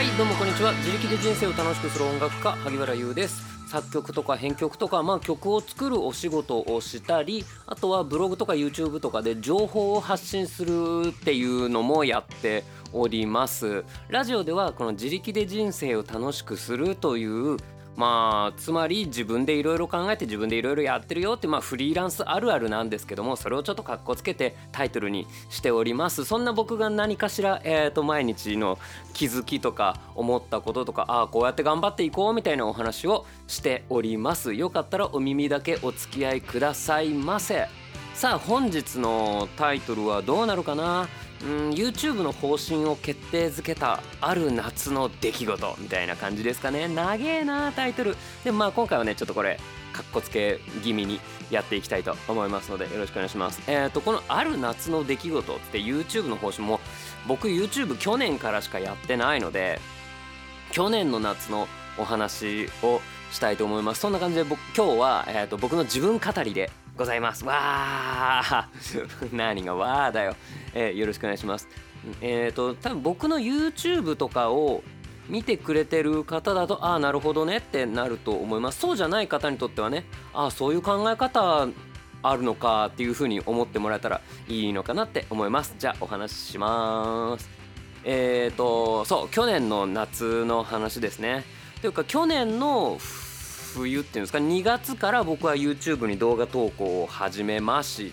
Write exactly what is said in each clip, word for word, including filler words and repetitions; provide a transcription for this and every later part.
はいどうもこんにちは。自力で人生を楽しくする音楽家萩原優です。作曲とか編曲とか、まあ、曲を作るお仕事をしたり、あとはブログとか YouTube とかで情報を発信するっていうのもやっております。ラジオではこの自力で人生を楽しくするというまあつまり自分でいろいろ考えて自分でいろいろやってるよって、まあ、フリーランスあるあるなんですけども、それをちょっとかっこつけてタイトルにしております。そんな僕が何かしら、えー、と毎日の気づきとか思ったこととか、ああこうやって頑張っていこうみたいなお話をしております。よかったらお耳だけお付き合いくださいませ。さあ本日のタイトルはどうなるかな。うん YouTube の方針を決定づけたある夏の出来事みたいな感じですかね。長えなタイトルで、まあ今回はねちょっとこれかっこつけ気味にやっていきたいと思いますのでよろしくお願いします。えっとこのある夏の出来事って YouTube の方針も僕 YouTube 去年からしかやってないので、去年の夏のお話をしたいと思います。そんな感じで僕今日は、えー、と僕の自分語りでございます。わー何がわーだよ、えー、よろしくお願いします。えっ、ー、と多分僕の YouTube とかを見てくれてる方だとああなるほどねってなると思います。そうじゃない方にとってはね、ああそういう考え方あるのかっていう風に思ってもらえたらいいのかなって思います。じゃあお話しします。えっ、ー、とそう去年の夏の話ですね。というか去年の冬っていうんですか、にがつから僕は YouTube に動画投稿を始めまして、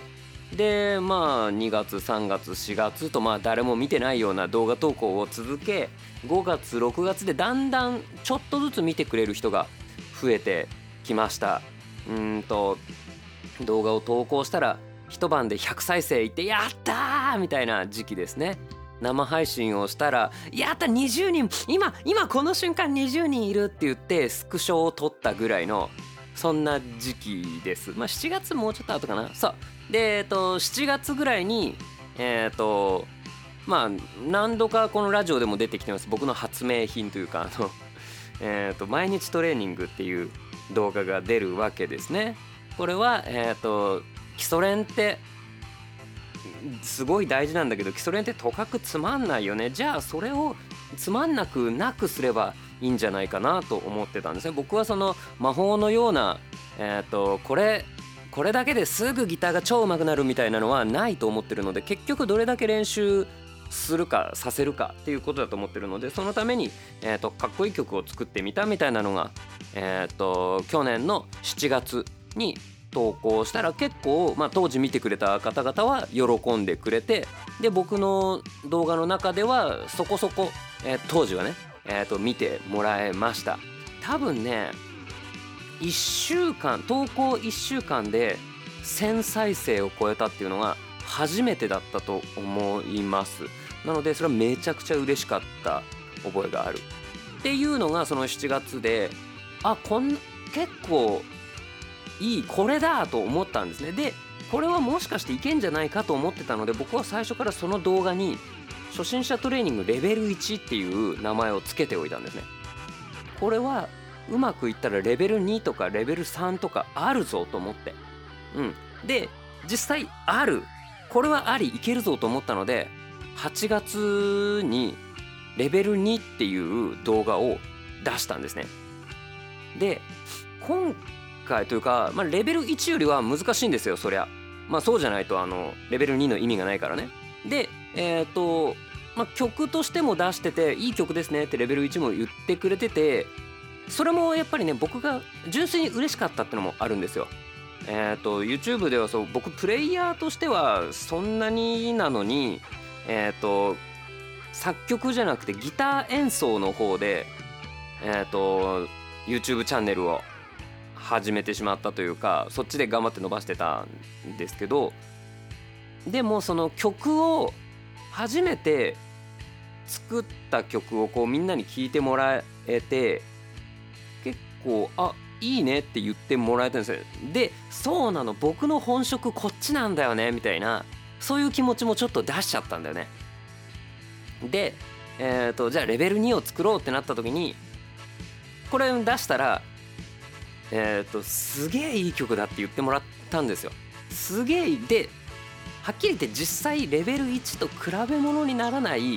でまあにがつさんがつしがつとまあ誰も見てないような動画投稿を続け、ごがつろくがつでだんだんちょっとずつ見てくれる人が増えてきました。うーんと動画を投稿したら一晩でひゃくさいせいいってやったーみたいな時期ですね。生配信をしたらやったにじゅうにん、今今この瞬間にじゅうにんいるって言ってスクショを撮ったぐらいのそんな時期です。まあしちがつもうちょっと後かな。そうで、えっとしちがつぐらいにえっとまあ何度かこのラジオでも出てきてます。僕の発明品というかあのえっと毎日トレーニングっていう動画が出るわけですね。これはえっと基礎練ってすごい大事なんだけど、基礎練ってとかくつまんないよね。じゃあそれをつまんなくなくすればいいんじゃないかなと思ってたんですね。僕はその魔法のようなえっとこれこれだけですぐギターが超上手くなるみたいなのはないと思ってるので、結局どれだけ練習するかさせるかっていうことだと思ってるので、そのために、えー、とかっこいい曲を作ってみたみたいなのが、えー、と去年のしちがつに投稿したら結構、まあ、当時見てくれた方々は喜んでくれて、で僕の動画の中ではそこそこ、えー、当時はね、えー、と見てもらえました。多分ねいっしゅうかん投稿いっしゅうかんでせんさいせいを超えたっていうのが初めてだったと思います。なのでそれはめちゃくちゃ嬉しかった覚えがあるっていうのがそのしちがつで、あこん結構いいこれだと思ったんですね。でこれはもしかしていけんじゃないかと思ってたので、僕は最初からその動画に初心者トレーニングレベルいちっていう名前をつけておいたんですね。これはうまくいったらレベルにとかレベルさんとかあるぞと思って、うんで実際ある、これはありいけるぞと思ったのではちがつにレベルにっていう動画を出したんですね。で今回というか、まあ、レベルいちよりは難しいんですよそりゃ。まあそうじゃないとあのレベルにの意味がないからね。でえっ、ー、と、まあ、曲としても出してていい曲ですねってレベルいちも言ってくれてて、それもやっぱりね僕が純粋に嬉しかったってのもあるんですよ。えっ、ー、と YouTube ではそう僕プレイヤーとしてはそんなになのに、えっ、ー、と作曲じゃなくてギター演奏の方でえっ、ー、と YouTube チャンネルを始めてしまったというか、そっちで頑張って伸ばしてたんですけど、でもその曲を初めて作った曲をこうみんなに聴いてもらえて、結構あいいねって言ってもらえたんですよ。でそうなの僕の本職こっちなんだよねみたいな、そういう気持ちもちょっと出しちゃったんだよね。でえーとじゃあレベルにを作ろうってなった時にこれ出したらえー、とすげえいい曲だって言ってもらったんですよ。すげえではっきり言って実際レベルいちと比べ物にならない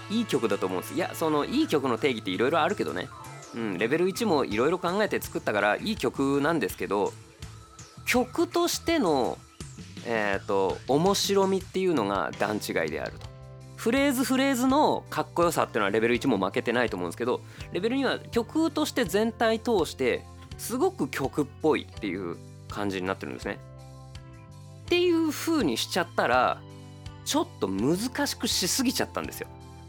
いい曲だと思うんです。いやそのいい曲の定義っていろいろあるけどね、うん、レベルいちもいろいろ考えて作ったからいい曲なんですけど、曲としてのえーと面白みっていうのが段違いであると。フレーズフレーズのかっこよさっていうのはレベルいちも負けてないと思うんですけど、レベルには曲として全体通してすごく曲っぽいっていう感じになってるんですね。っていう風にしちゃったらちょっと難しくしすぎちゃったんですよ。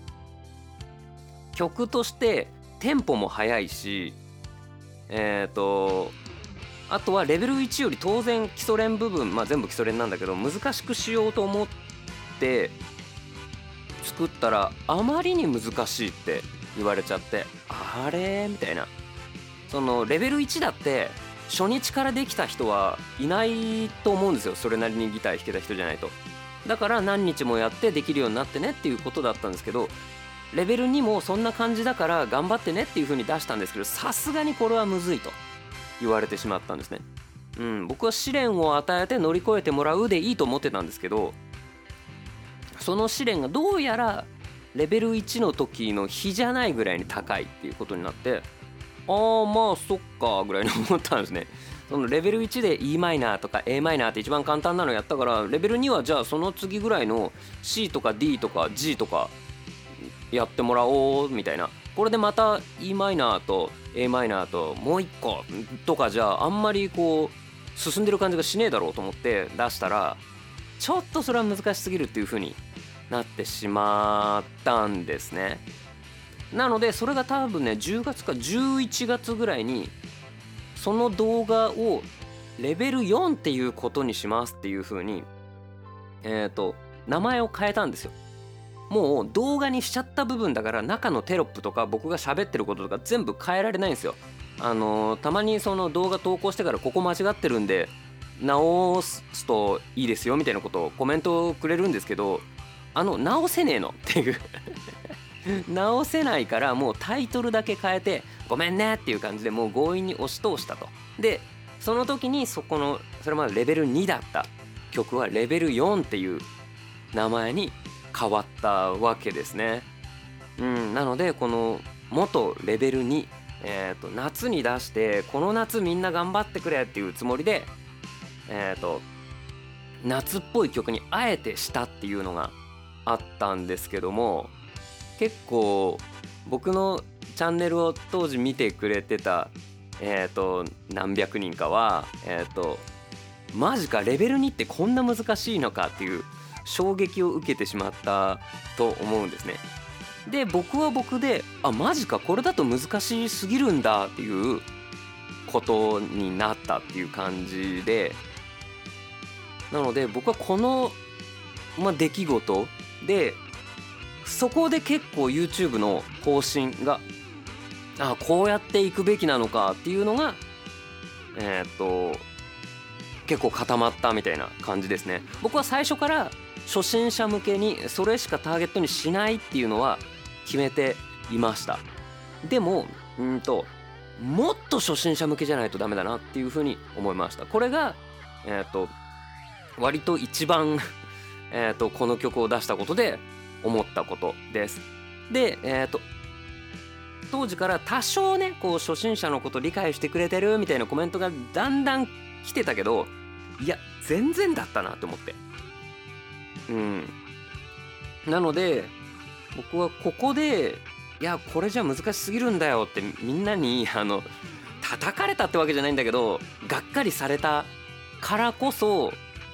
曲としてテンポも速いし、えっとあとはレベルいちより当然基礎練部分、まあ全部基礎練なんだけど難しくしようと思って作ったらあまりに難しいって言われちゃって、あれみたいな。そのレベルいちだって初日からできた人はいないと思うんですよ、それなりにギター弾けた人じゃないと。だから何日もやってできるようになってねっていうことだったんですけど、レベルにもそんな感じだから頑張ってねっていう風に出したんですけど、さすがにこれはむずいと言われてしまったんですね。うん、僕は試練を与えて乗り越えてもらうでいいと思ってたんですけど、その試練がどうやらレベルいちの時の比じゃないぐらいに高いっていうことになって、あーまあそっかぐらいに思ったんですね。そのレベルいちで イー マイナーとか エー マイナーって一番簡単なのやったから、レベルにはじゃあその次ぐらいの C とか D とか G とかやってもらおうみたいな。これでまた イー マイナーと エー マイナーともう一個とかじゃあんまりこう進んでる感じがしねえだろうと思って出したら、ちょっとそれは難しすぎるっていう風になってしまったんですね。なのでそれが多分ねじゅうがつかじゅういちがつぐらいにその動画をレベルよんっていうことにしますっていう風にえっと名前を変えたんですよ。もう動画にしちゃった部分だから中のテロップとか僕が喋ってることとか全部変えられないんですよ。あのー、たまにその動画投稿してからここ間違ってるんで直すといいですよみたいなことをコメントをくれるんですけど、あの直せねえのっていう直せないからもうタイトルだけ変えてごめんねっていう感じでもう強引に押し通したと。でその時にそこのそれまでレベルにだった曲はレベルよんっていう名前に変わったわけですね。うん、なのでこの元レベルに、えーと、夏に出してこの夏みんな頑張ってくれっていうつもりで、えーと、夏っぽい曲にあえてしたっていうのがあったんですけども、結構僕のチャンネルを当時見てくれてた、えーと、何百人かは、えーと、マジかレベルにってこんな難しいのかっていう衝撃を受けてしまったと思うんですね。で僕は僕であマジかこれだと難しすぎるんだっていうことになったっていう感じで、なので僕はこの、まあ、出来事でそこで結構 YouTube の方針があこうやっていくべきなのかっていうのがえー、っと結構固まったみたいな感じですね。僕は最初から初心者向けにそれしかターゲットにしないっていうのは決めていました。でもうんともっと初心者向けじゃないとダメだなっていうふうに思いました。これがえっと割と一番えっとこの曲を出したことで思ったことです。でえっと当時から多少ねこう初心者のこと理解してくれてるみたいなコメントがだんだん来てたけど、いや全然だったなと思って、うんなので僕はここでいやこれじゃ難しすぎるんだよってみんなにあの叩かれたってわけじゃないんだけどがっかりされたからこそ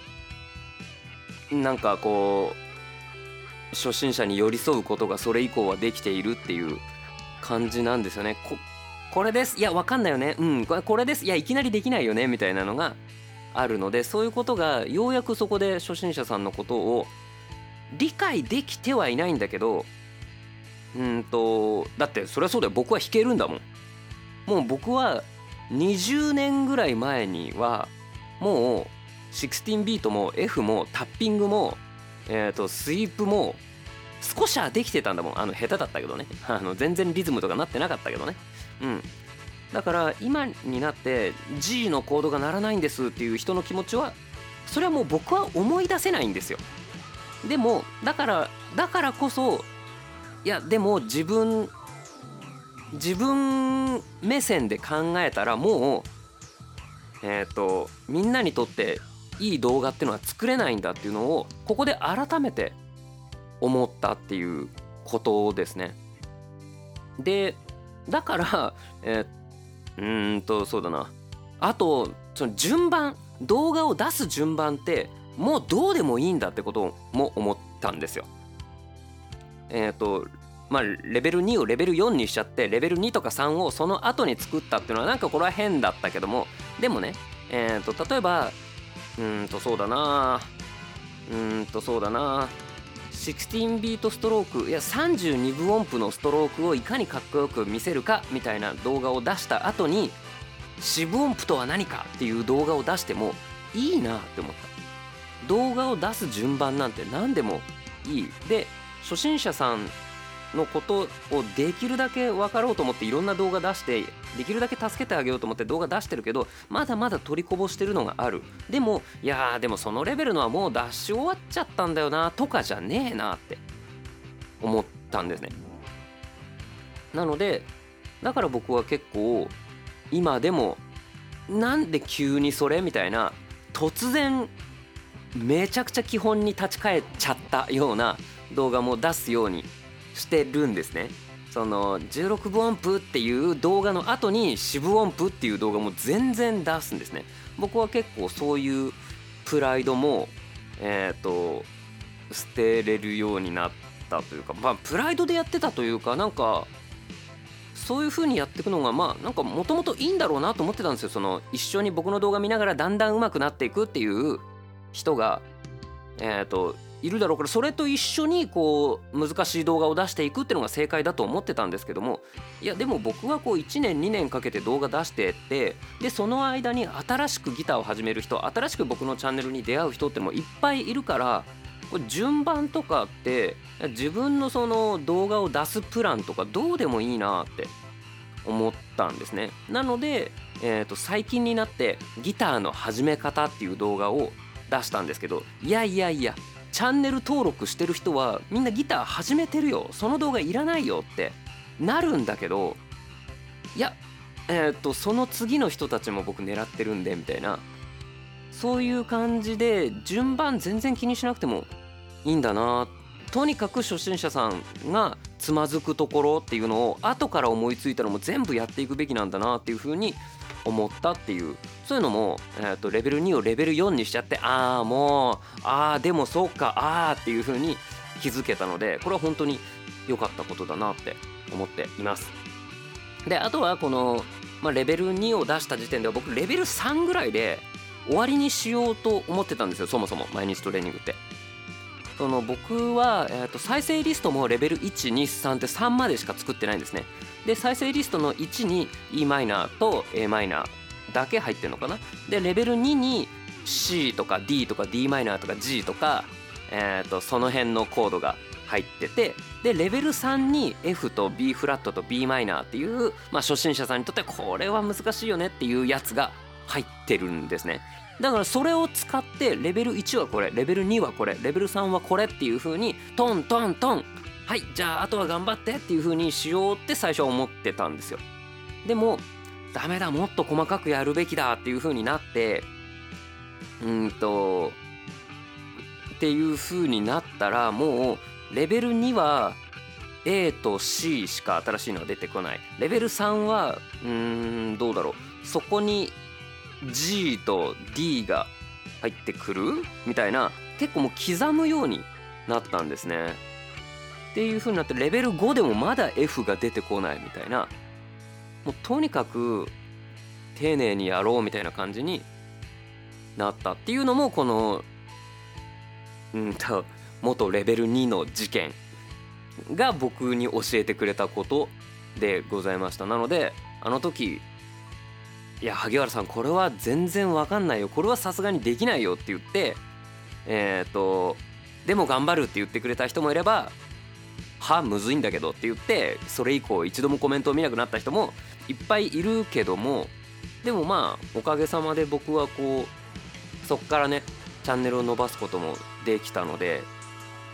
なんかこう初心者に寄り添うことがそれ以降はできているっていう感じなんですよね。 こ, これですいやわかんないよねうんこれこれですいやいきなりできないよねみたいなのがあるので、そういうことがようやくそこで初心者さんのことを理解できてはいないんだけど、うんとだってそりゃそうだよ僕は弾けるんだもん。もう僕はにじゅうねんぐらい前にはもうじゅうろくビートも F もタッピングも、えー、とスイープも少しはできてたんだもん。あの下手だったけどねあの全然リズムとかなってなかったけどね。うんだから今になって G のコードが鳴らないんですっていう人の気持ちはそれはもう僕は思い出せないんですよ。でもだからだからこそいやでも自分自分目線で考えたらもうえっとみんなにとっていい動画っていうのは作れないんだっていうのをここで改めて思ったっていうことですね。でだからえー、うーんとそうだなあとその順番動画を出す順番ってもうどうでもいいんだってことも思ったんですよ。えっとまあレベルにをレベルよんにしちゃってレベルにとかさんをその後に作ったっていうのはなんかこれは変だったけども、でもねえっと例えばうーんとそうだなうーんとそうだなじゅうろくビートストロークいやさんじゅうにぶ音符のストロークをいかにかっこよく見せるかみたいな動画を出した後に四分音符とは何かっていう動画を出してもいいなって思った。動画を出す順番なんて何でもいい。で初心者さんのことをできるだけ分かろうと思っていろんな動画出してできるだけ助けてあげようと思って動画出してるけどまだまだ取りこぼしてるのがある。でもいやーでもそのレベルのはもう出し終わっちゃったんだよなとかじゃねえなって思ったんですね。なのでだから僕は結構今でもなんで急にそれみたいな突然めちゃくちゃ基本に立ち返っちゃったような動画も出すようにしてるんですね。そのじゅうろくぶ音符っていう動画の後に四分音符っていう動画も全然出すんですね。僕は結構そういうプライドもえっと捨てれるようになったというか、まあプライドでやってたというかなんかそういう風にやっていくのがまあなんかもともといいんだろうなと思ってたんですよ。その一緒に僕の動画見ながらだんだん上手くなっていくっていう人がえっといるだろうからそれと一緒にこう難しい動画を出していくっていうのが正解だと思ってたんですけども、いやでも僕はこういちねんにねんかけて動画出してってでその間に新しくギターを始める人新しく僕のチャンネルに出会う人ってのもいっぱいいるからこれ順番とかって自分のその動画を出すプランとかどうでもいいなって思ったんですね。なので、えーと最近になってギターの始め方っていう動画を出したんですけど、いやいやいやチャンネル登録してる人はみんなギター始めてるよその動画いらないよってなるんだけど、いやえーとその次の人たちも僕狙ってるんでみたいなそういう感じで順番全然気にしなくてもいいんだな。とにかく初心者さんがつまずくところっていうのを後から思いついたのも全部やっていくべきなんだなっていう風に思ったっていうそういうのも、えー、とレベルにをレベルよんにしちゃってああもうああでもそうかああっていう風に気づけたのでこれは本当に良かったことだなって思っています。であとはこの、まあ、レベルにを出した時点では僕レベルさんぐらいで終わりにしようと思ってたんですよ。そもそも毎日トレーニングってその僕は、えー、と再生リストもレベルいちにさんってさんまでしか作ってないんですね。で再生リストのいちに イー マイナーと エー マイナーだけ入ってるのかな。でレベルにに C とか D とか D マイナーとか G とか、えー、とその辺のコードが入っててでレベルさんに F と B フラットと B マイナーっていう、まあ、初心者さんにとってこれは難しいよねっていうやつが入ってるんですね。だからそれを使ってレベルいちはこれレベルにはこれレベルさんはこれっていう風にトントントンはいじゃああとは頑張ってっていう風にしようって最初は思ってたんですよ。でもダメだもっと細かくやるべきだっていう風になってうんとっていう風になったらもうレベルには A と C しか新しいのが出てこない。レベルさんはうーんどうだろうそこにG と D が入ってくるみたいな結構もう刻むようになったんですね。っていう風になってレベルごでもまだ F が出てこないみたいなもうとにかく丁寧にやろうみたいな感じになったっていうのもこのうんと元レベルにの事件が僕に教えてくれたことでございました。なのであの時いや萩原さんこれは全然わかんないよこれはさすがにできないよって言ってえっとでも頑張るって言ってくれた人もいればはむずいんだけどって言ってそれ以降一度もコメントを見なくなった人もいっぱいいるけどもでもまあおかげさまで僕はこうそっからねチャンネルを伸ばすこともできたので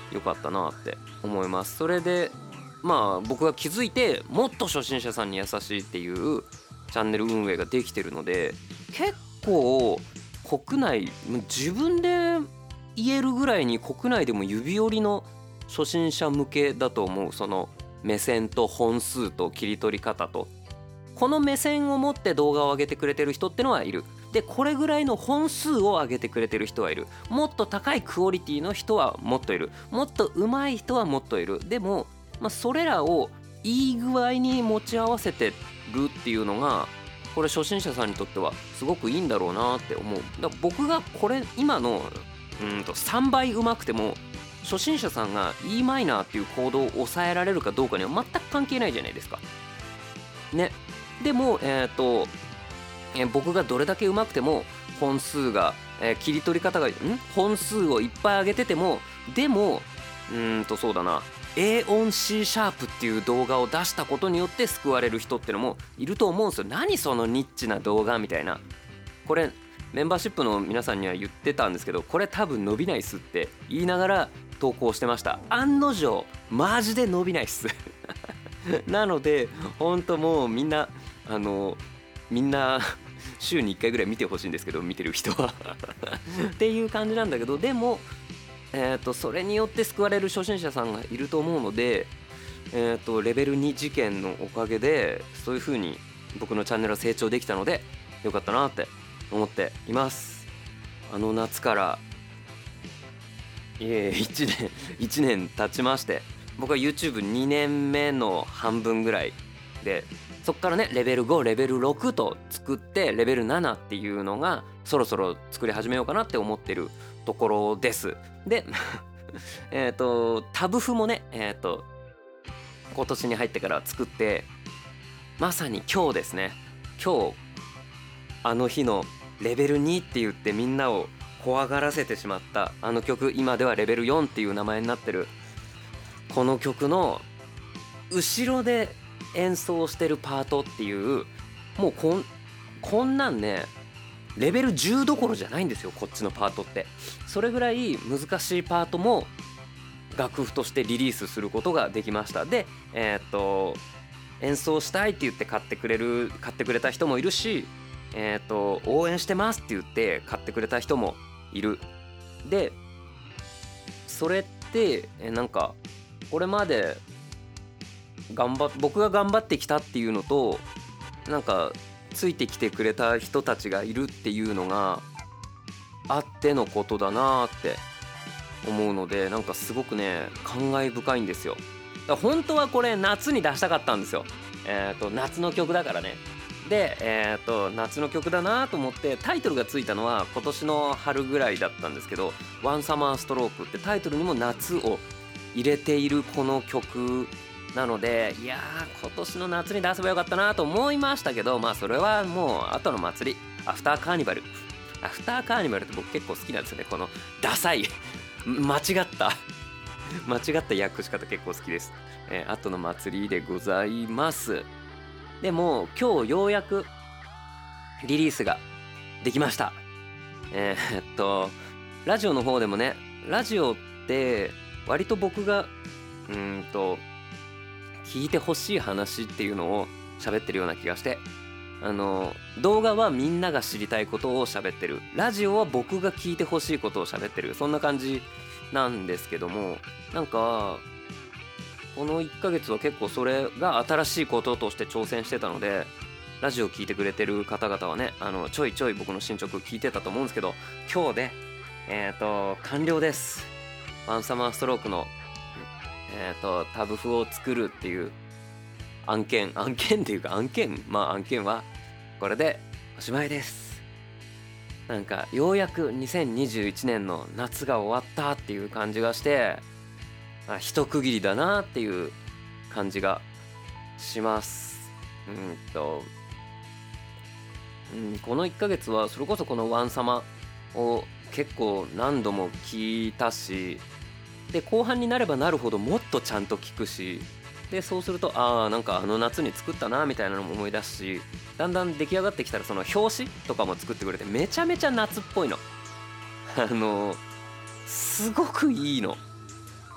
よかったなって思います。それでまあ僕が気づいてもっと初心者さんに優しいっていうチャンネル運営ができてるので、結構国内自分で言えるぐらいに国内でも指折りの初心者向けだと思う。その目線と本数と切り取り方と、この目線を持って動画を上げてくれてる人ってのはいる。でこれぐらいの本数を上げてくれてる人はいる。もっと高いクオリティの人はもっといる。もっと上手い人はもっといる。でも、まあ、それらをいい具合に持ち合わせてるっていうのがこれ初心者さんにとってはすごくいいんだろうなって思う。だから僕がこれ今のうんとさんばい上手くても初心者さんが E マイナーっていうコードを抑えられるかどうかには全く関係ないじゃないですかね。でもえっ、ー、と、えー、僕がどれだけ上手くても本数が、えー、切り取り方がん本数をいっぱい上げてても、でもうーんとそうだな A 音 C シャープっていう動画を出したことによって救われる人ってのもいると思うんですよ。何そのニッチな動画みたいな。これメンバーシップの皆さんには言ってたんですけど、これ多分伸びないっすって言いながら投稿してました。案の定マジで伸びないっすなのでほんともうみんなあのみんな週にいっかいぐらい見てほしいんですけど、見てる人はっていう感じなんだけど、でもえーとそれによって救われる初心者さんがいると思うので、えーとレベルに事件のおかげでそういう風に僕のチャンネルは成長できたのでよかったなって思っています。あの夏からいえいちねんいちねん経ちまして、僕は ユーチューブに 年目の半分ぐらいで、そっからねレベルごレベルろくと作ってレベルななっていうのがそろそろ作り始めようかなって思ってるところです。でえっとタブ譜もねえっ、ー、と今年に入ってから作って、まさに今日ですね、今日あの日のレベルにって言ってみんなを怖がらせてしまったあの曲、今ではレベルよんっていう名前になってるこの曲の後ろで演奏してるパートっていう、もうこんこんなんねレベルじゅうどころじゃないんですよ、こっちのパートって。それぐらい難しいパートも楽譜としてリリースすることができました。でえー、っと演奏したいって言って買ってくれる買ってくれた人もいるし、えー、と応援してますって言って買ってくれた人もいる。でそれってえなんかこれまで頑張っ僕が頑張ってきたっていうのと、なんかついてきてくれた人たちがいるっていうのがあってのことだなって思うので、なんかすごくね感慨深いんですよ。だから本当はこれ夏に出したかったんですよ。えー、と夏の曲だからね。で、えー、と夏の曲だなと思ってタイトルがついたのは今年の春ぐらいだったんですけど、ワンサマーストロークってタイトルにも夏を入れているこの曲なので、いやー今年の夏に出せばよかったなと思いましたけど、まあそれはもう後の祭り、アフターカーニバルアフターカーニバルって僕結構好きなんですよね。このダサい間違った間違った訳し方結構好きです。えー、後の祭りでございます。でも今日ようやくリリースができました。えー、っとラジオの方でもね、ラジオって割と僕がうーんと聞いてほしい話っていうのを喋ってるような気がして、あの動画はみんなが知りたいことを喋ってる、ラジオは僕が聞いてほしいことを喋ってる、そんな感じなんですけども、なんかこのいっかげつは結構それが新しいこととして挑戦してたので、ラジオ聞いてくれてる方々はね、あのちょいちょい僕の進捗聞いてたと思うんですけど、今日でえっ、ー、と完了です。ワンサマーストロークのえっ、ー、とタブ譜を作るっていう案件案件っていうか案件まあ案件はこれでおしまいです。なんかようやくにせんにじゅういちねんの夏が終わったっていう感じがして、あ一区切りだなっていう感じがします。うんと、うん、このいっかげつはそれこそこのワンサマを結構何度も聞いたし、で後半になればなるほどもっとちゃんと聞くし、でそうするとああなんかあの夏に作ったなみたいなのも思い出すし、だんだん出来上がってきたらその表紙とかも作ってくれてめちゃめちゃ夏っぽいのあのすごくいいの。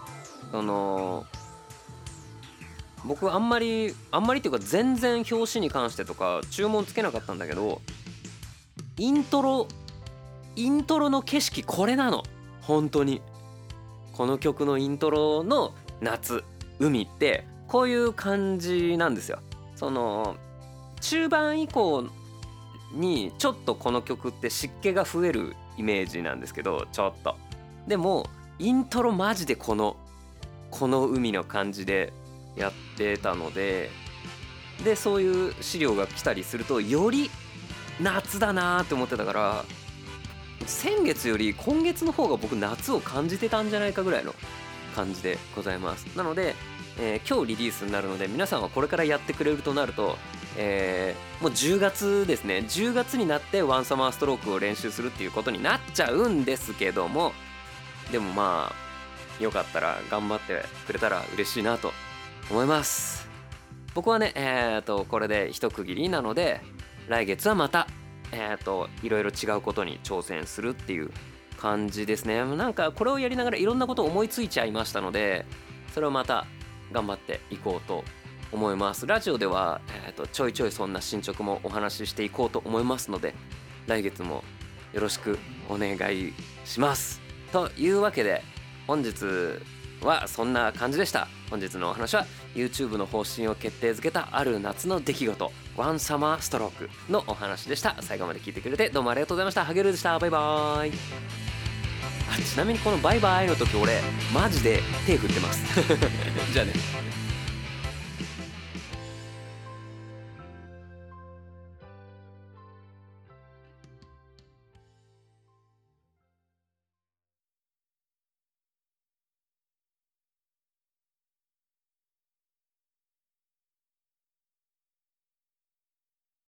その僕あんまりあんまりっていうか全然表紙に関してとか注文つけなかったんだけど、イントロイントロの景色これなの。本当にこの曲のイントロの夏海ってこういう感じなんですよ。その中盤以降にちょっとこの曲って湿気が増えるイメージなんですけど、ちょっとでもイントロマジでこのこの海の感じでやってたので、でそういう資料が来たりするとより夏だなーって思ってたから、先月より今月の方が僕夏を感じてたんじゃないかぐらいの感じでございます。なので、えー、今日リリースになるので皆さんはこれからやってくれるとなると、えー、もうじゅうがつですね。じゅうがつになってワンサマーストロークを練習するっていうことになっちゃうんですけども、でもまあよかったら頑張ってくれたら嬉しいなと思います。僕はねえー、とこれで一区切りなので、来月はまたえー、といろいろ違うことに挑戦するっていう感じですね。なんかこれをやりながらいろんなことを思いついちゃいましたので、それをまた頑張っていこうと思います。ラジオでは、えー、とちょいちょいそんな進捗もお話ししていこうと思いますので、来月もよろしくお願いします。というわけで本日はそんな感じでした。本日のお話は YouTube の方針を決定づけたある夏の出来事、ワンサマーストロークのお話でした。最後まで聞いてくれてどうもありがとうございました。ハゲルでした。バイバーイ。あ、ちなみにこのバイバイの時俺マジで手振ってますじゃあね。